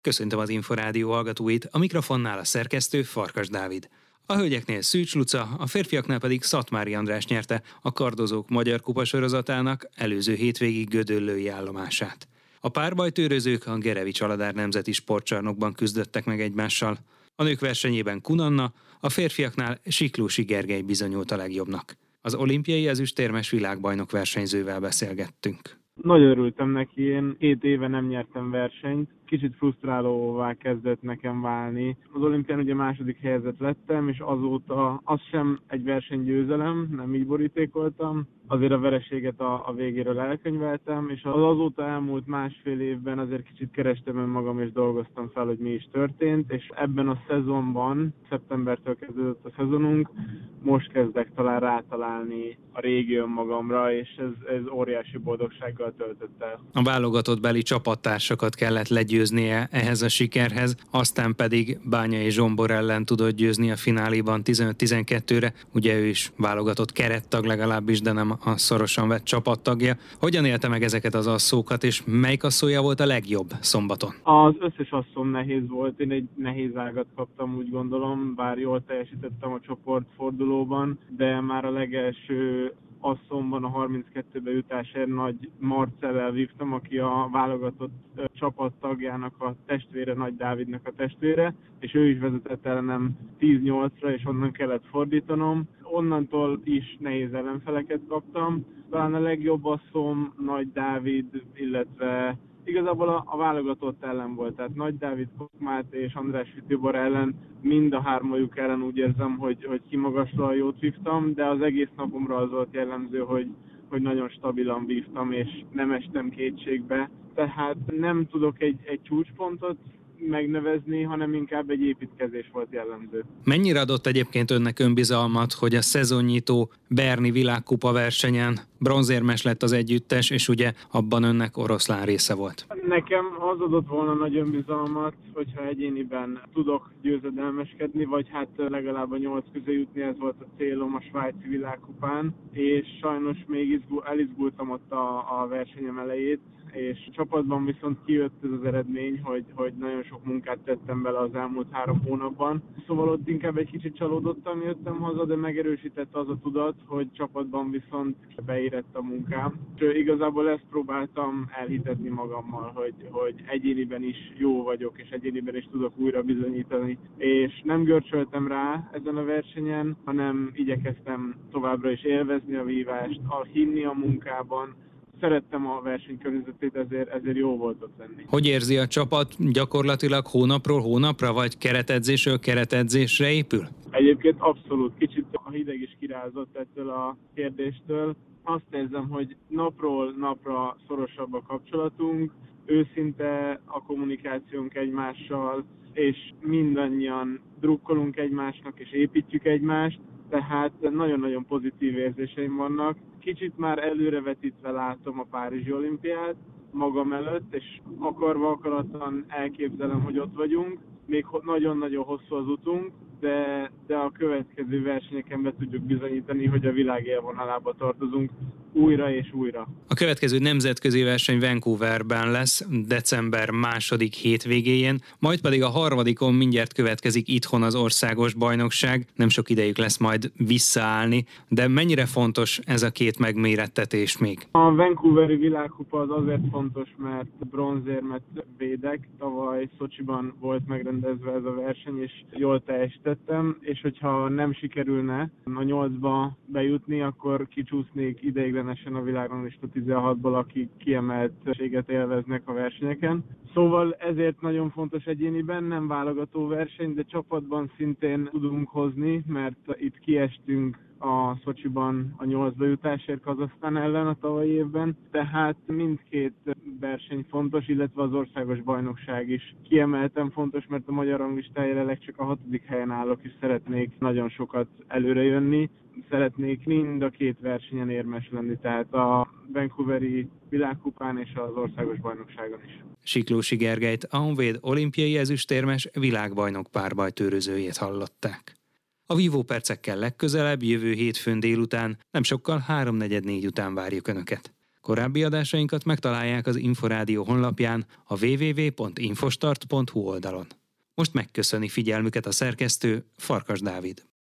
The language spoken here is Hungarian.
Köszöntöm az Inforádió hallgatóit, a mikrofonnál a szerkesztő Farkas Dávid. A hölgyeknél Szűcs Luca, a férfiaknál pedig Szatmári András nyerte a kardozók magyar kupasorozatának előző hétvégi gödöllői állomását. A párbajtőrözők a Gerevics Aladár Nemzeti Sportcsarnokban küzdöttek meg egymással. A nők versenyében Kunanna, a férfiaknál Siklósi Gergely bizonyult a legjobbnak. Az olimpiai ezüstérmes világbajnok versenyzővel beszélgettünk. Nagyon örültem neki, én 2 éve nem nyertem versenyt, kicsit frusztrálóvá kezdett nekem válni. Az olimpián ugye második helyezett lettem, és azóta az sem egy versenygyőzelem, nem így borítékoltam. Azért a vereséget a végéről elkönyveltem, és az azóta elmúlt másfél évben azért kicsit kerestem önmagam, és dolgoztam fel, hogy mi is történt, és ebben a szezonban, szeptembertől kezdődött a szezonunk, most kezdek talán rátalálni a régi önmagamra, és ez óriási boldogsággal töltött el. A válogatottbeli csapattársakat kellett legyőznie ehhez a sikerhez, aztán pedig Bányai Zsombor ellen tudott győzni a fináléban 15-12-re, ugye ő is válogatott kerettag legalábbis, de nem a szorosan vett csapattagja. Hogyan élte meg ezeket az asszókat, és melyik asszója volt a legjobb szombaton? Az összes asszom nehéz volt, én egy nehéz ágat kaptam, úgy gondolom, bár jól teljesítettem a csoportfordulóban, de már a legelső asszomban a 32-be jutásért Nagy Marcellel vívtam, aki a válogatott csapattagjának a testvére, Nagy Dávidnak a testvére, és ő is vezetett ellenem 10-8-ra, és onnan kellett fordítanom. Onnantól is nehéz ellenfeleket kaptam. Talán a legjobb asszom Nagy Dávid, illetve igazából a válogatott ellen volt, tehát Nagy Dávid, Kokmát és András Tibor ellen, mind a hármajuk ellen úgy érzem, hogy kimagaslóan jót vívtam, de az egész napomra az volt jellemző, hogy nagyon stabilan vívtam, és nem estem kétségbe. Tehát nem tudok egy csúcspontot megnevezni, hanem inkább egy építkezés volt jellemző. Mennyire adott egyébként önnek önbizalmat, hogy a szezonnyitó Berni világkupa versenyen bronzérmes lett az együttes, és ugye abban önnek oroszlán része volt? Nekem az adott volna nagy önbizalmat, hogyha egyéniben tudok győzedelmeskedni, vagy hát legalább a 8 közé jutni, ez volt a célom a svájci világkupán, és sajnos még elizgultam ott a versenyem elejét, és csapatban viszont kijött ez az eredmény, hogy nagyon sok munkát tettem bele az elmúlt 3 hónapban. Szóval ott inkább egy kicsit csalódottam, jöttem haza, de megerősített az a tudat, hogy csapatban viszont beérett a munkám. És igazából ezt próbáltam elhitetni magammal, hogy egyéniben is jó vagyok, és egyéniben is tudok újra bizonyítani. És nem görcsöltem rá ezen a versenyen, hanem igyekeztem továbbra is élvezni a vívást, hinni a munkában. Szerettem a versenykörnyezetét, ezért jó volt ott lenni. Hogy érzi a csapat, gyakorlatilag hónapról hónapra, vagy keretedzésről keretedzésre épül? Egyébként abszolút, kicsit a hideg is kirázott ettől a kérdéstől. Azt érzem, hogy napról napra szorosabb a kapcsolatunk, őszinte a kommunikációnk egymással, és mindannyian drukkolunk egymásnak, és építjük egymást, tehát nagyon-nagyon pozitív érzéseim vannak. Kicsit már előrevetítve látom a Párizsi olimpiát magam előtt, és akarva akaratlan elképzelem, hogy ott vagyunk. Még nagyon-nagyon hosszú az utunk, de a következő versenyeken be tudjuk bizonyítani, hogy a világ élvonalába tartozunk újra és újra. A következő nemzetközi verseny Vancouverben lesz, december 2. hétvégéjén, majd pedig a 3. mindjárt következik itthon az országos bajnokság. Nem sok idejük lesz majd visszaállni, de mennyire fontos ez a 2 megmérettetés még? A Vancouveri világkupa az azért fontos, mert bronzérmet védek. Tavaly Szocsiban volt megrendezve ez a verseny, és jól teljesítettem, és hogyha nem sikerülne a 8-ba bejutni, akkor kicsúsznék ideiglenesen a világranglista 16-ból, akik kiemeltséget élveznek a versenyeken. Szóval ezért nagyon fontos egyéniben, nem válogató verseny, de csapatban szintén tudunk hozni, mert itt kiestünk a Szocsiban a 8-ba jutásért Kazahsztán ellen a tavalyi évben, tehát mindkét verseny fontos, illetve az országos bajnokság is kiemelten fontos, mert a magyar ranglistán jelenleg csak a 6. helyen állok, és szeretnék nagyon sokat előrejönni. Szeretnék mind a 2 versenyen érmes lenni, tehát a Vancouveri világkupán és az országos bajnokságon is. Siklósi Gergelyt, a Honvéd olimpiai ezüstérmes világbajnok párbajtőrözőjét hallották. A vívópercekkel legközelebb jövő hétfőn délután, nem sokkal 3:44 után várjuk Önöket. Korábbi adásainkat megtalálják az Inforádió honlapján, a www.infostart.hu oldalon. Most megköszöni figyelmüket a szerkesztő, Farkas Dávid.